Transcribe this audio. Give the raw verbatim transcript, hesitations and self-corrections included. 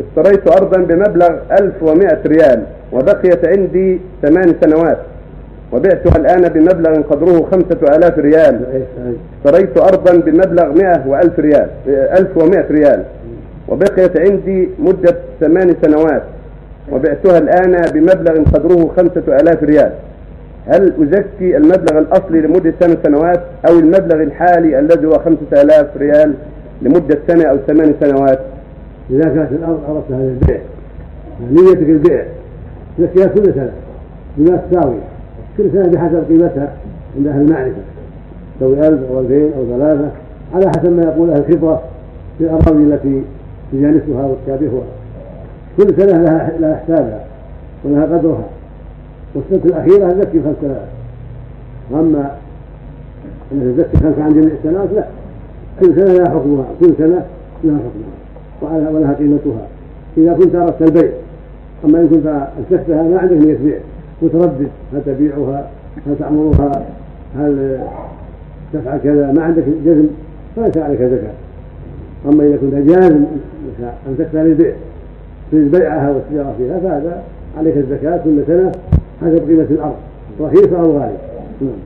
اشتريت أرضا بمبلغ ألف ومائة ريال وبقيت عندي ثمان سنوات، وبعتها الآن بمبلغ قدره خمسة آلاف ريال. اشتريت أرضا بمبلغ مائة وألف ريال ألف ومائة ريال وبقيت عندي مدة ثمان سنوات، وبعتها الآن بمبلغ قدره خمسة آلاف ريال. هل أزكي المبلغ الأصلي لمدة ثمان سنوات أو المبلغ الحالي الذي هو خمسة آلاف ريال لمدة سنة أو ثمان سنوات؟ إذا كانت الأرض أردت هذا البيع، نيتك البيع، زكيها كل سنة بما تساوي، كل سنة بحسب قيمتها عند أهل المعرفة، تساوي ألف أو ألفين أو ثلاثة على حسب ما يقول أهل الخبرة في الأراضي التي تجالسها وتشابهها. كل سنة لها لها حسابها ولها قدرها، والسنة الأخيرة تزكي خمس سنوات. أما أن تزكي خمسة عن جميع السنوات لا، كل سنة لها حكمها، كل سنة لها حكمها ولها قيمتها إذا كنت أردت البيع. أما إن كنت أمسكتها ما عندك نية بيع وتردد هل تبيعها هل تعمرها هل تفعل كذا، ما عندك جزم فليس عليك زكاة. أما إذا كنت جازم أمسكتها للبيع تريد بيعها والتجارة فيها فهذا عليك الزكاة كل سنة حسب قيمة الأرض رخيصة أو غالية.